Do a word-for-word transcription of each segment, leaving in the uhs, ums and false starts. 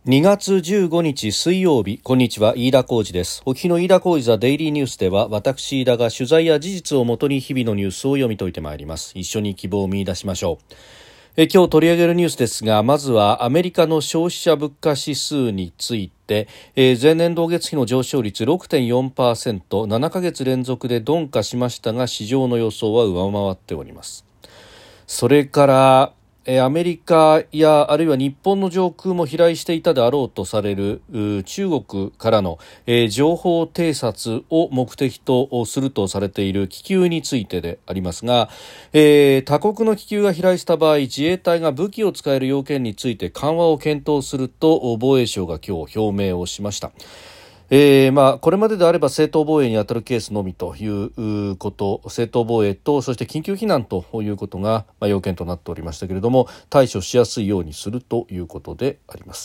にがつじゅうごにち水曜日、こんにちは、飯田浩司です。お聞きの飯田浩司ザデイリーニュースでは、私飯田が取材や事実をもとに日々のニュースを読み解いてまいります。一緒に希望を見出しましょう。え今日取り上げるニュースですが、まずはアメリカの消費者物価指数について、えー、前年同月比の上昇率 ろくてんよんパーセント、ななかげつ連続で鈍化しましたが、市場の予想は上回っております。それからアメリカやあるいは日本の上空も飛来していたであろうとされる中国からの情報偵察を目的とするとされている気球についてでありますが、えー、他国の気球が飛来した場合、自衛隊が武器を使える要件について緩和を検討すると防衛省が今日表明をしました。えーまあ、これまでであれば正当防衛に当たるケースのみということ、正当防衛とそして緊急避難ということが、まあ、要件となっておりましたけれども、対処しやすいようにするということであります。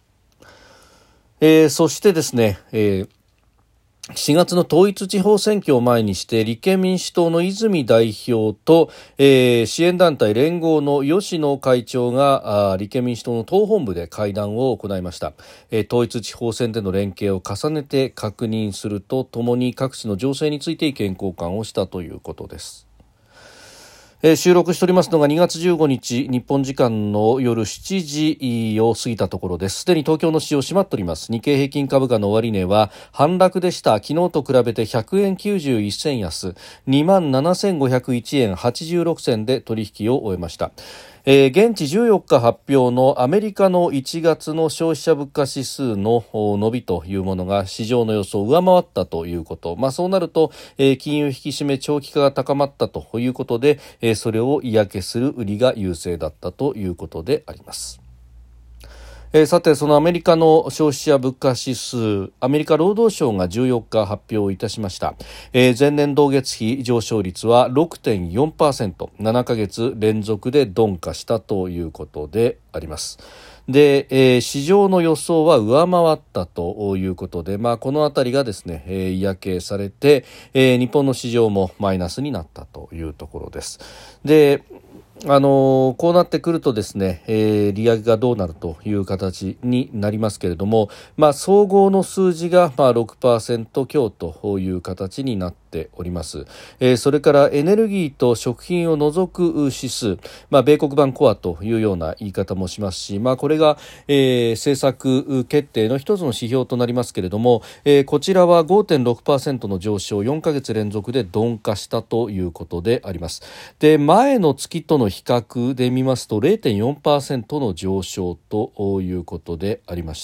えー、そしてですね、えーしがつの統一地方選挙を前にして立憲民主党の泉代表と、えー、支援団体連合の吉野会長が立憲民主党の党本部で会談を行いました。えー、統一地方選での連携を重ねて確認するとともに各地の情勢について意見交換をしたということです。えー、収録しておりますのがにがつじゅうごにち日本時間の夜しちじを過ぎたところです。すでに東京の市場閉まっております。日経平均株価の終値は反落でした。昨日と比べてひゃくえんきゅうじゅういっせん安 にまんななせんごひゃくいちえんはちじゅうろくせんで取引を終えました。えー、現地じゅうよっか発表のアメリカのいちがつの消費者物価指数の伸びというものが市場の予想を上回ったということ、まあ、そうなると、えー、金融引き締め長期化が高まったということで、えー、それを嫌気する売りが優勢だったということであります。えー、さてそのアメリカの消費者物価指数、アメリカ労働省がじゅうよっか発表いたしました。えー、前年同月比上昇率は ろくてんよんパーセント、ななかげつ連続で鈍化したということであります。で、えー、市場の予想は上回ったということで、まあ、このあたりがですね、えー、嫌気されて、えー、日本の市場もマイナスになったというところです。であのー、こうなってくるとですね、えー、利上げがどうなるという形になりますけれども、まあ、総合の数字がまあ ろくパーセント 強という形になっております。えー、それからエネルギーと食品を除く指数、まあ、米国版コアというような言い方もしますし、まあ、これが、えー、政策決定の一つの指標となりますけれども、えー、こちらは ごてんろくパーセント の上昇、よんかげつ連続で鈍化したということであります。で、前の月との比較で見ますと れいてんよんパーセント の上昇ということでありました。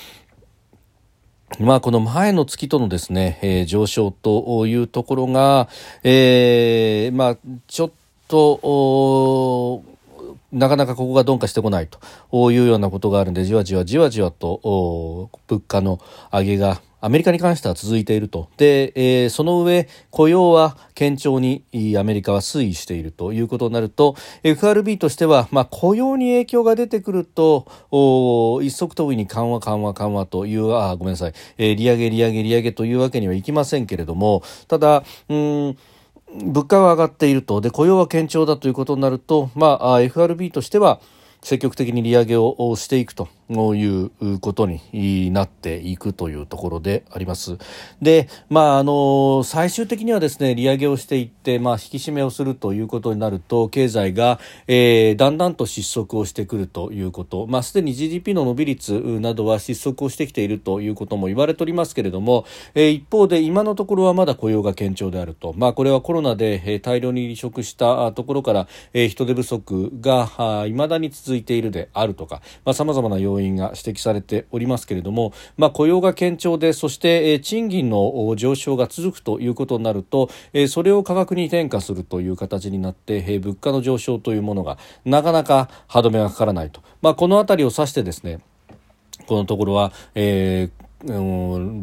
まあ、この前の月とのですね、えー、上昇というところが、えー、まあ、ちょっとなかなかここが鈍化してこないというようなことがあるので、じわじわじわじわと物価の上げがアメリカに関しては続いていると。で、えー、その上雇用は堅調にアメリカは推移しているということになると、 エフアールビー としては、まあ、雇用に影響が出てくると一足飛びに緩和緩和緩和というあごめんなさい、えー、利上げ利上げ利上げというわけにはいきませんけれども、ただうーん物価は上がっていると、で雇用は堅調だということになると、まあ、エフアールビー としては積極的に利上げをしていくということになっていくというところであります。で、まあ、あの最終的にはですね、利上げをしていって、まあ、引き締めをするということになると、経済が、えー、だんだんと失速をしてくるということ、まあ、すでに ジーディーピー の伸び率などは失速をしてきているということも言われておりますけれども、えー、一方で今のところはまだ雇用が堅調であると、まあ、これはコロナで、えー、大量に離職したところから、えー、人手不足がいまだに続いているであるとか、まあ、様々な要因が指摘されておりますけれども、まあ、雇用が堅調で、そして、えー、賃金の上昇が続くということになると、えー、それを価格に転嫁するという形になって、えー、物価の上昇というものがなかなか歯止めがかからないと、まあ、このあたりを指してですね、このところは、えーうん、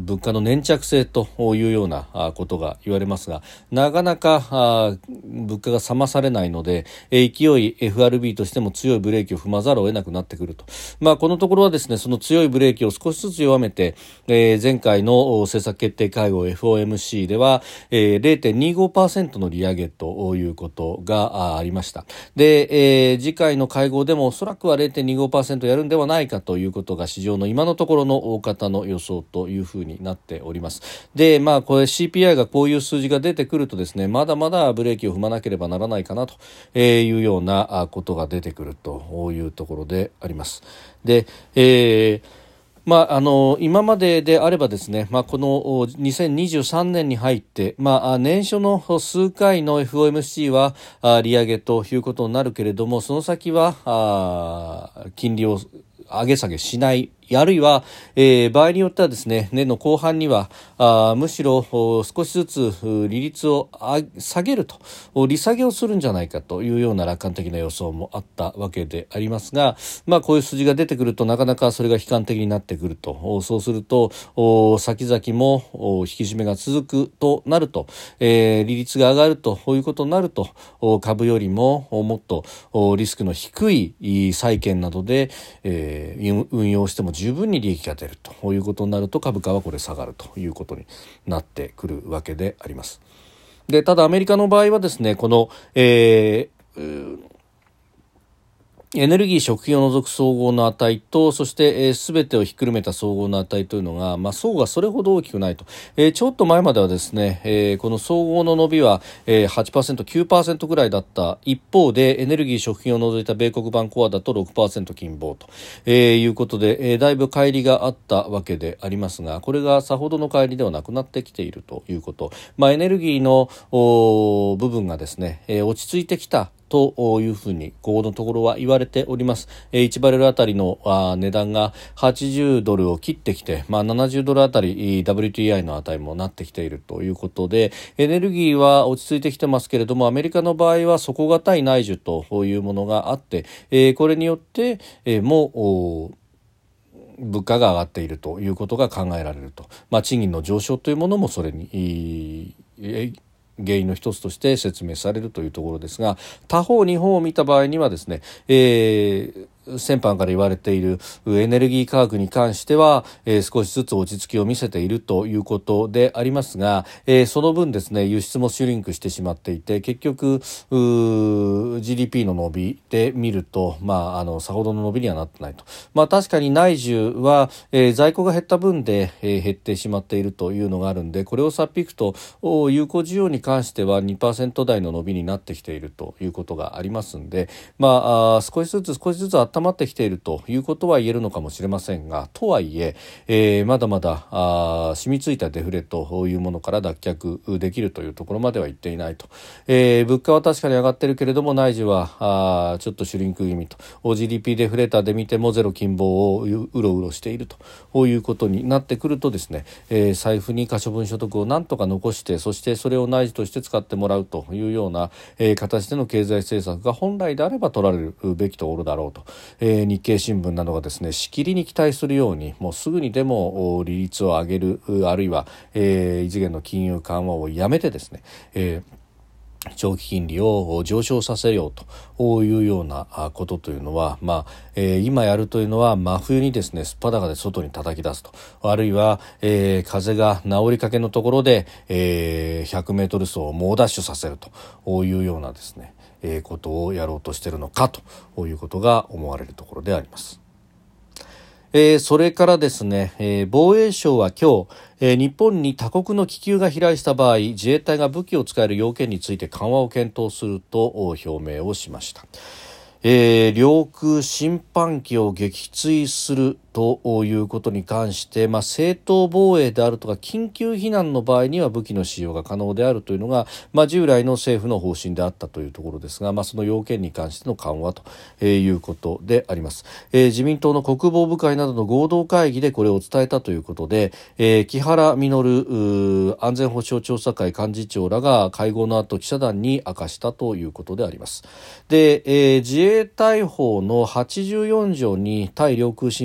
物価の粘着性というようなことが言われますが、なかなかあ物価が冷まされないので、勢い エフアールビー としても強いブレーキを踏まざるを得なくなってくると。まあ、このところはですね、その強いブレーキを少しずつ弱めて、えー、前回の政策決定会合 エフオーエムシー では、えー、ゼロてんにじゅうごパーセント の利上げということがありました。で、えー、次回の会合でもおそらくは ゼロてんにじゅうごパーセント やるんではないかということが市場の今のところの大方の予想というふうになっております。で、まあこれ シーピーアイ がこういう数字が出てくるとですね、まだまだブレーキを踏まなければならないかなというようなことが出てくるというところであります。で、えーまあ、あの今までであればですね、まあ、このにせんにじゅうさんねんに入って、まあ、年初の数回の エフオーエムシー はあ利上げということになるけれども、その先はあ金利を上げ下げしない、あるいは、えー、場合によってはですね、年の後半にはあむしろ少しずつ利率を下げると、利下げをするんじゃないかというような楽観的な予想もあったわけでありますが、まあこういう数字が出てくるとなかなかそれが悲観的になってくると、そうすると先々も引き締めが続くとなると、えー、利率が上がるということになると、株よりももっとリスクの低い債券などで、えー、運用しても十分に利益が出るということになると、株価はこれ下がるということになってくるわけであります。で、ただアメリカの場合はですね、この、えーエネルギー食品を除く総合の値と、そして、えー、全てをひっくるめた総合の値というのが、まあ、層がそれほど大きくないと、えー、ちょっと前まではですね、えー、この総合の伸びは、えー、はちパーセント、きゅうパーセント ぐらいだった一方で、エネルギー食品を除いた米国版コアだと ろくパーセント 近傍と、えー、いうことで、えー、だいぶ乖離があったわけでありますが、これがさほどの乖離ではなくなってきているということ、まあ、エネルギーの部分がですね、えー、落ち着いてきたというふうにここのところは言われております。いちバレルあたりの値段がはちじゅうドルを切ってきて、まあ、ななじゅうドルあたり ダブリューティーアイ の値もなってきているということで、エネルギーは落ち着いてきてますけれども、アメリカの場合は底堅い内需というものがあって、これによっても物価が上がっているということが考えられると、まあ、賃金の上昇というものもそれに原因の一つとして説明されるというところですが、他方日本を見た場合にはですね、えー先般から言われているエネルギー価格に関しては、えー、少しずつ落ち着きを見せているということでありますが、えー、その分ですね、輸出もシュリンクしてしまっていて、結局 ジーディーピー の伸びで見ると、まあ、あのさほどの伸びにはなってないと。まあ、確かに内需は、えー、在庫が減った分で、えー、減ってしまっているというのがあるんで、これを差っ引くと有効需要に関しては にパーセント 台の伸びになってきているということがありますんで、まあ、あ少しずつ少しずつ温まってきているということは言えるのかもしれませんが、とはいええー、まだまだあ染みついたデフレというものから脱却できるというところまでは言っていないと、えー、物価は確かに上がっているけれども内需はあちょっとシュリンク気味と、 ジーディーピー デフレーターで見てもゼロ近傍をうろうろしているということになってくるとですね、えー、財布に可処分所得をなんとか残して、そしてそれを内需として使ってもらうというような、えー、形での経済政策が本来であれば取られるべきところだろうと、えー日経新聞などがですね、しきりに期待するように、もうすぐにでも利率を上げる、あるいは、えー、異次元の金融緩和をやめてですね、えー長期金利を上昇させようというようなことというのは、まあえー、今やるというのは真冬にですね、すっぱだかで外に叩き出すと、あるいは、えー、風が治りかけのところで、えー、ひゃくメートル走を猛ダッシュさせるというようなですね、えー、ことをやろうとしているのかということが思われるところであります。えー、それからですね、えー、防衛省は今日、えー、日本に他国の気球が飛来した場合、自衛隊が武器を使える要件について緩和を検討すると表明をしました。えー、領空侵犯機を撃墜するということに関して、まあ、正当防衛であるとか緊急避難の場合には武器の使用が可能であるというのが、まあ、従来の政府の方針であったというところですが、まあ、その要件に関しての緩和ということであります。えー、自民党の国防部会などの合同会議でこれを伝えたということで、えー、木原稔安全保障調査会幹事長らが会合の後記者団に明かしたということであります。で、えー、自衛隊法のはちじゅうよん条に対領空侵犯組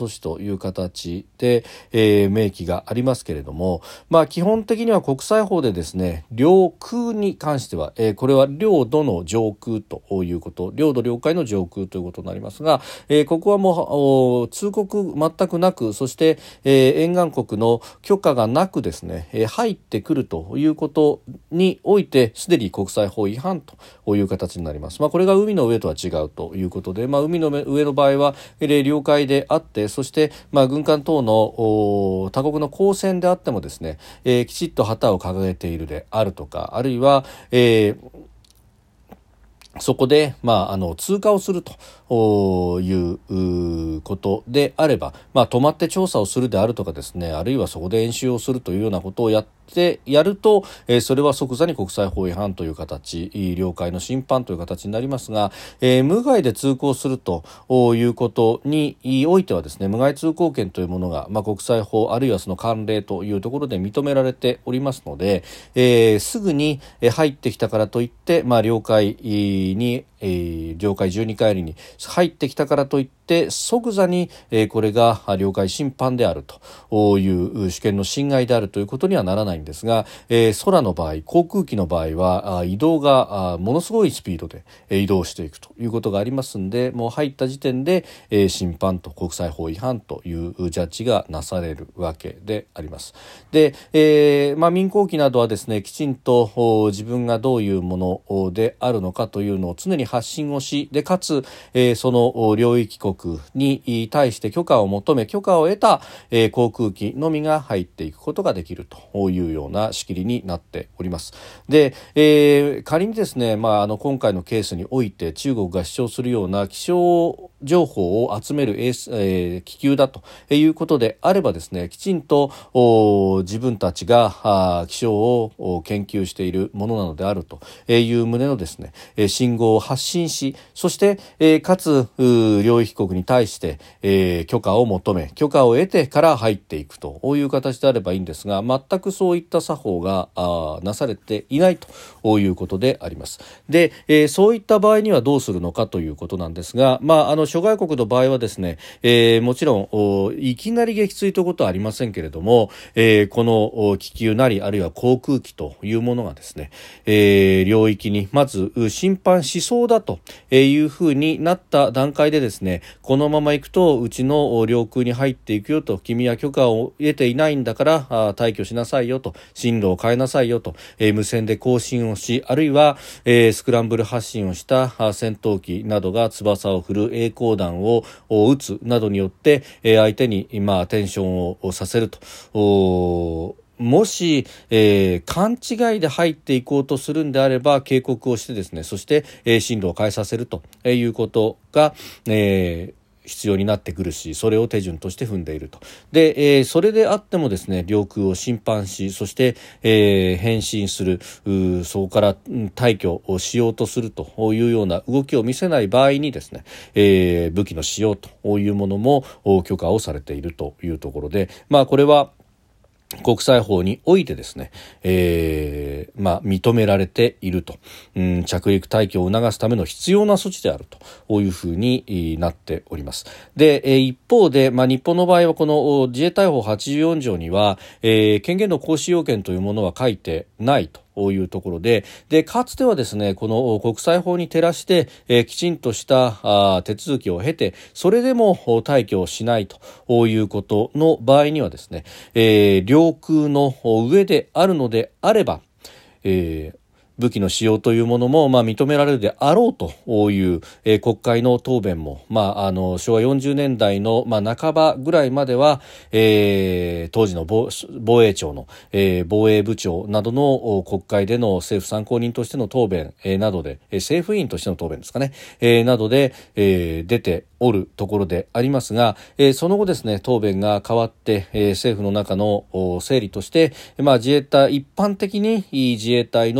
措置という形で、えー、明記がありますけれども、まあ、基本的には国際法でですね、領空に関しては、えー、これは領土の上空ということ、領土領海の上空ということになりますが、えー、ここはもう通告全くなく、そして、えー、沿岸国の許可がなくですね、えー、入ってくるということにおいてすでに国際法違反という形になります。まあ、これが海の上とは違うということで、まあ、海の上の場合は、えー、領海であって、そして、まあ、軍艦等の他国の公船であってもですね、えー、きちっと旗を掲げているであるとか、あるいは、えーそこで、まあ、あの通過をするということであれば、まあ、止まって調査をするであるとかですね、あるいはそこで演習をするというようなことをやってやると、えー、それは即座に国際法違反という形、領海の侵犯という形になりますが、えー、無害で通行するということにおいてはですね、無害通行権というものが、まあ、国際法あるいはその慣例というところで認められておりますので、えー、すぐに入ってきたからといって、まあ、領海に、えー、領海じゅうに海里に入ってきたからといって即座に、えー、これが領海侵犯であるという主権の侵害であるということにはならないんですが、えー、空の場合、航空機の場合は移動がものすごいスピードで移動していくということがありますので、もう入った時点で、えー、侵犯と国際法違反というジャッジがなされるわけであります。で、えーまあ、民航機などはですね、きちんと自分がどういうものであるのかというのを常に発信をし、でかつ、えー、その領域国に対して許可を求め、許可を得た、えー、航空機のみが入っていくことができるというような仕切りになっております。で、えー、仮にですね、まあ、あの今回のケースにおいて中国が主張するような気象情報を集める、えー、気球だということであればですね、きちんと自分たちが気象を研究しているものなのであるという旨のですね、信号を発信し、そして、えー、かつ領域国に対して、えー、許可を求め、許可を得てから入っていくという形であればいいんですが、全くそういった作法がなされていないということであります。で、えー、そういった場合にはどうするのかということなんですが、まあ、あの諸外国の場合はですね、えー、もちろんいきなり撃墜ということはありませんけれども、えー、この気球なりあるいは航空機というものがですね、えー、領域にまず侵犯しそうだというふうになった段階でですね、このまま行くとうちの領空に入っていくよと、君は許可を得ていないんだから退去しなさいよと、進路を変えなさいよと、えー、無線で交信をし、あるいは、えー、スクランブル発進をした戦闘機などが翼を振る栄光弾を撃つなどによって、えー、相手に、まあ、テンションをさせると。もし、えー、勘違いで入っていこうとするんであれば警告をしてですね、そして、えー、進路を変えさせるということが、えー必要になってくるし、それを手順として踏んでいると。で、えー、それであってもですね、領空を侵犯し、そして、えー、返信する、そこから退去をしようとするというような動きを見せない場合にですね、えー、武器の使用というものも許可をされているというところで、まあこれは国際法においてですね、えー、まあ認められていると、うん、着陸退去を促すための必要な措置であるというふうになっております。で、一方で、まあ、日本の場合はこの自衛隊法はちじゅうよん条には、えー、権限の行使要件というものは書いてないと。こういうところで、でかつてはですね、この国際法に照らして、えー、きちんとしたあ手続きを経て、それでも退去をしないということの場合にはですね、えー、領空の上であるのであれば、えー武器の使用というものも、まあ、認められるであろうという、えー、国会の答弁も、まあ、あの昭和よんじゅうねんだいの、まあ、半ばぐらいまでは、えー、当時の 防, 防衛庁の、えー、防衛部長などの国会での政府参考人としての答弁、えー、などで、えー、政府委員としての答弁ですかね、えー、などで、えー、出ておるところでありますが、えー、その後ですね、答弁が変わって、えー、政府の中の整理として、まあ、自衛隊一般的に自衛隊の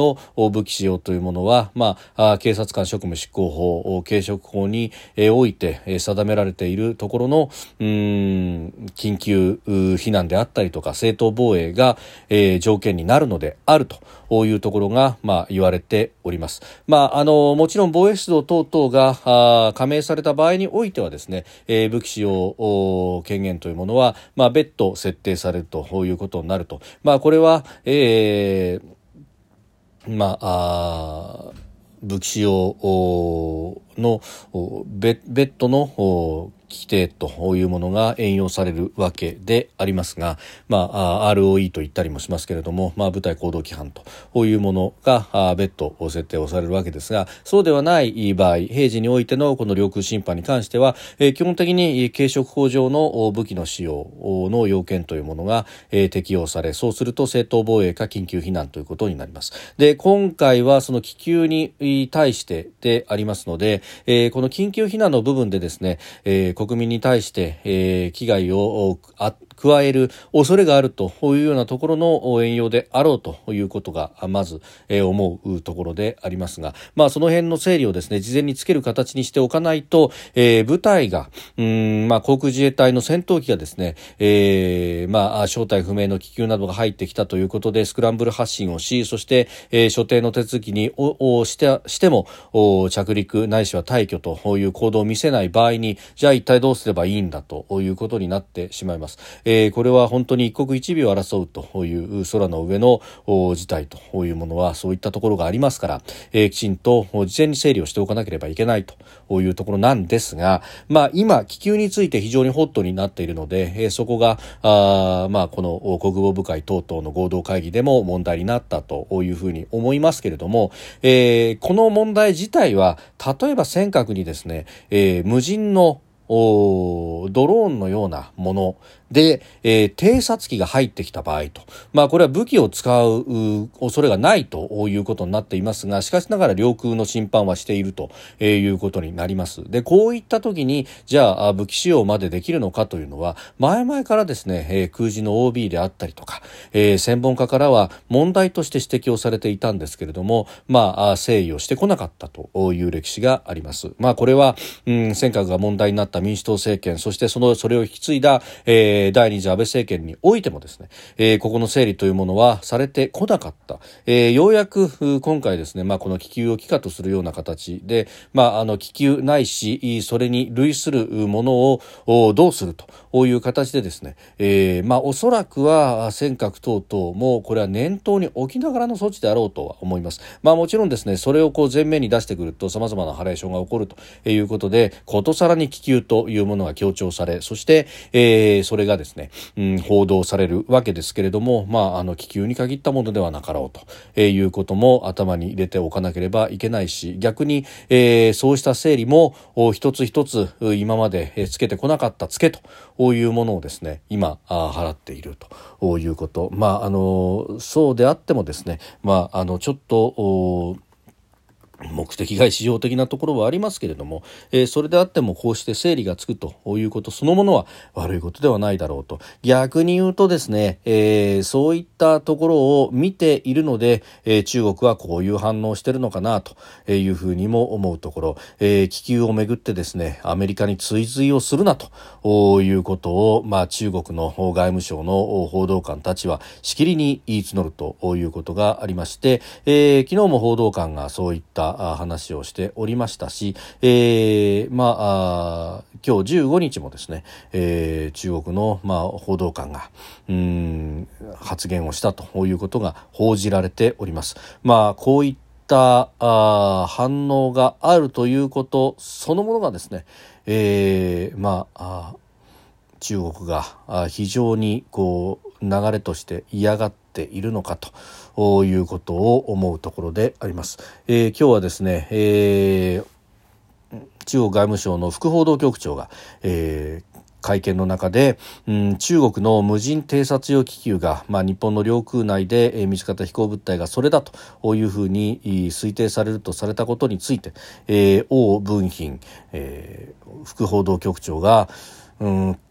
武器使用というものは、まあ、警察官職務執行法、警職法において定められているところのうーん緊急避難であったりとか正当防衛が、えー、条件になるのであるというところが、まあ、言われております。まあ、あのもちろん防衛出動等々が加盟された場合においてはですね、えー、武器使用権限というものは、まあ、別途設定されるということになると、まあ、これは、えー、まあ、あ武器使用の別途の規定というものが援用されるわけでありますが、まあ、アールオーイー と言ったりもしますけれども、まあ、部隊行動規範というものが別途設定をされるわけですが、そうではない場合、平時においてのこの領空侵犯に関しては、えー、基本的に警職法上の武器の使用の要件というものが、えー、適用され、そうすると正当防衛か緊急避難ということになります。で、今回はその気球に対してでありますので、えー、この緊急避難の部分でですね、えー国民に対して、えー、危害をあ加える恐れがあるというようなところの援用であろうということがまず、えー、思うところでありますが、まあ、その辺の整理をですね事前につける形にしておかないと、えー、部隊がうーん、まあ、航空自衛隊の戦闘機がですね、えーまあ、正体不明の気球などが入ってきたということでスクランブル発進をし、そして、えー、所定の手続きにをしてしても着陸ないしは退去という行動を見せない場合に、じゃあ一体どうすればいいんだということになってしまいます。えー、これは本当に一刻一秒を争うという空の上の事態というものはそういったところがありますから、えー、きちんと事前に整理をしておかなければいけないというところなんですが、まあ、今気球について非常にホットになっているので、えー、そこがあ、まあ、この国防部会等々の合同会議でも問題になったというふうに思いますけれども、えー、この問題自体は例えば尖閣にですね、えー、無人のドローンのようなもので、えー、偵察機が入ってきた場合と、まあこれは武器を使う恐れがないということになっていますが、しかしながら領空の侵犯はしているということになります。で、こういった時にじゃあ武器使用までできるのかというのは前々からですね、えー、空自の オービー であったりとか、えー、専門家からは問題として指摘をされていたんですけれども、まあ誠意をしてこなかったという歴史があります。まあこれは、うん、尖閣が問題になった民主党政権、そしてそのそれを引き継いだ、えー第二次安倍政権においてもですね、えー、ここの整理というものはされてこなかった、えー、ようやく今回ですね、まあ、この気球を帰化とするような形で、まあ、あの気球ないしそれに類するものをどうするという形でですね、えーまあ、おそらくは尖閣等々もこれは念頭に置きながらの措置であろうとは思います。まあ、もちろんですね、それをこう前面に出してくると様々なハレーションが起こるということで、ことさらに気球というものが強調され、そして、えー、それがですね、うん、報道されるわけですけれども、まあ、あの気球に限ったものではなかろうということも頭に入れておかなければいけないし、逆に、えー、そうした整理も一つ一つ今までつけてこなかったツケというものをですね、今払っているということ、まあ、あのそうであってもですね、まあ、あのちょっと目的外市場的なところはありますけれども、えー、それであってもこうして整理がつくということそのものは悪いことではないだろうと。逆に言うとですね、えー、そういったところを見ているので、えー、中国はこういう反応をしているのかなというふうにも思うところ、えー、気球をめぐってですね、アメリカに追随をするなということを、まあ、中国の外務省の報道官たちはしきりに言い募るということがありまして、えー、昨日も報道官がそういった話をしておりましたし、えー、まあ、あ今日じゅうごにちもですね、えー、中国の、まあ、報道官がうーん発言をしたということが報じられております。まあ、こういったあ反応があるということそのものがですね、えー、まあ、あ中国が非常にこう流れとして嫌がっているのかということを思うところであります。えー、今日はですね、えー、中国外務省の副報道局長が、えー会見の中で、うん、中国の無人偵察用気球が、まあ、日本の領空内で、えー、見つかった飛行物体がそれだというふうに推定されるとされたことについて、えー、王文賓、えー、副報道局長が、うん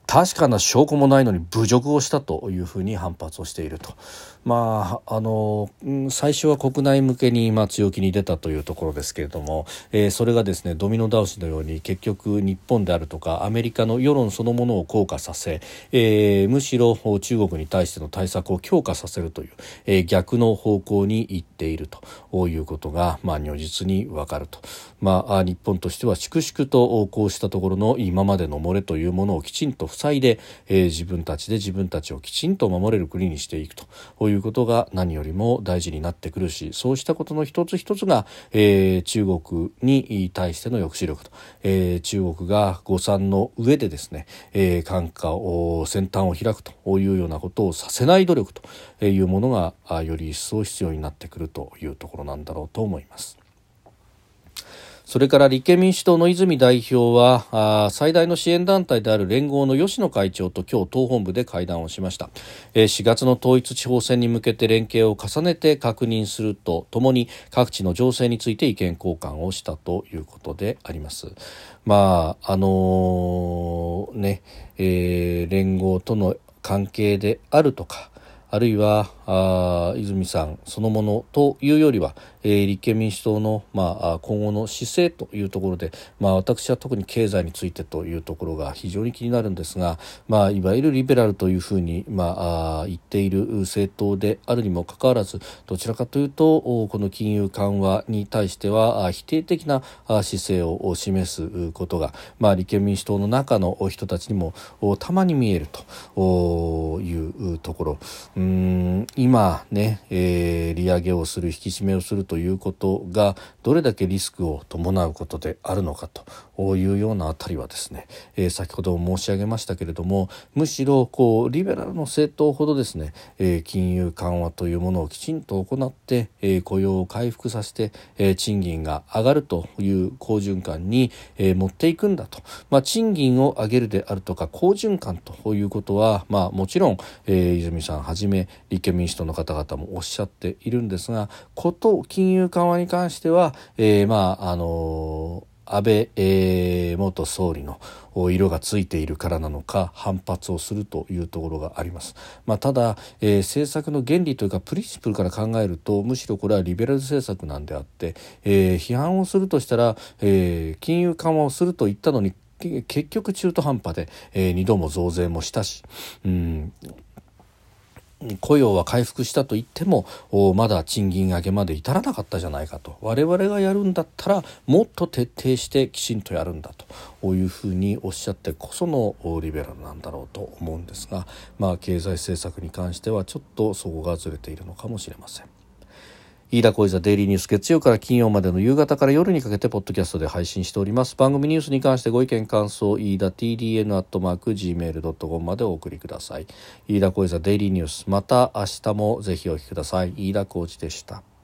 確かな証拠もないのに侮辱をしたというふうに反発をしていると。まあ、あの最初は国内向けにまあ強気に出たというところですけれども、えー、それがですねドミノ倒しのように結局日本であるとかアメリカの世論そのものを硬化させ、えー、むしろ中国に対しての対策を強化させるという、えー、逆の方向に行っているということが、まあ、如実にわかると。まあ、日本としては粛々とこうしたところの今までの漏れというものをきちんと塞いで、えー、自分たちで自分たちをきちんと守れる国にしていくということが何よりも大事になってくるし、そうしたことの一つ一つが、えー、中国に対しての抑止力と、えー、中国が誤算の上でですね、えー、関下を先端を開くというようなことをさせない努力というものがより一層必要になってくるというところなんだろうと思います。それから立憲民主党の泉代表は最大の支援団体である連合の吉野会長と今日党本部で会談をしました。しがつの統一地方選に向けて連携を重ねて確認するとともに各地の情勢について意見交換をしたということであります。まああのー、ね、えー、連合との関係であるとか、あるいはあ泉さんそのものというよりは、えー、立憲民主党の、まあ、今後の姿勢というところで、まあ、私は特に経済についてというところが非常に気になるんですが、まあ、いわゆるリベラルというふうに、まあ、あ言っている政党であるにもかかわらず、どちらかというとこの金融緩和に対しては否定的な姿勢を示すことが、まあ、立憲民主党の中の人たちにもたまに見えるというところ。うーん今ね、えー、利上げをする引き締めをするということがどれだけリスクを伴うことであるのかというようなあたりはですね、えー、先ほど申し上げましたけれども、むしろこうリベラルの政党ほどですね、えー、金融緩和というものをきちんと行って、えー、雇用を回復させて、えー、賃金が上がるという好循環に、えー、持っていくんだと。まあ、賃金を上げるであるとか好循環ということは、まあ、もちろん、えー、泉さんはじめ立憲民主党の方々もおっしゃっているんですが、こと金融緩和に関しては、えー、まああのー、安倍、えー、元総理の色がついているからなのか反発をするというところがあります。まあ、ただ、えー、政策の原理というかプリンシプルから考えるとむしろこれはリベラル政策なんであって、えー、批判をするとしたら、えー、金融緩和をすると言ったのに結局中途半端で、えー、にども増税もしたし、うん雇用は回復したと言ってもまだ賃金上げまで至らなかったじゃないかと。我々がやるんだったらもっと徹底してきちんとやるんだというふうにおっしゃってこそのリベラルなんだろうと思うんですが、まあ、経済政策に関してはちょっとそこがずれているのかもしれません。飯田浩司ザデイリーニュース、月曜から金曜までの夕方から夜にかけてポッドキャストで配信しております。番組ニュースに関してご意見感想、飯田 ティーディーエヌ アットマーク ジーメール ドットコム までお送りください。飯田浩司ザデイリーニュース、また明日もぜひお聞きください。飯田浩司でした。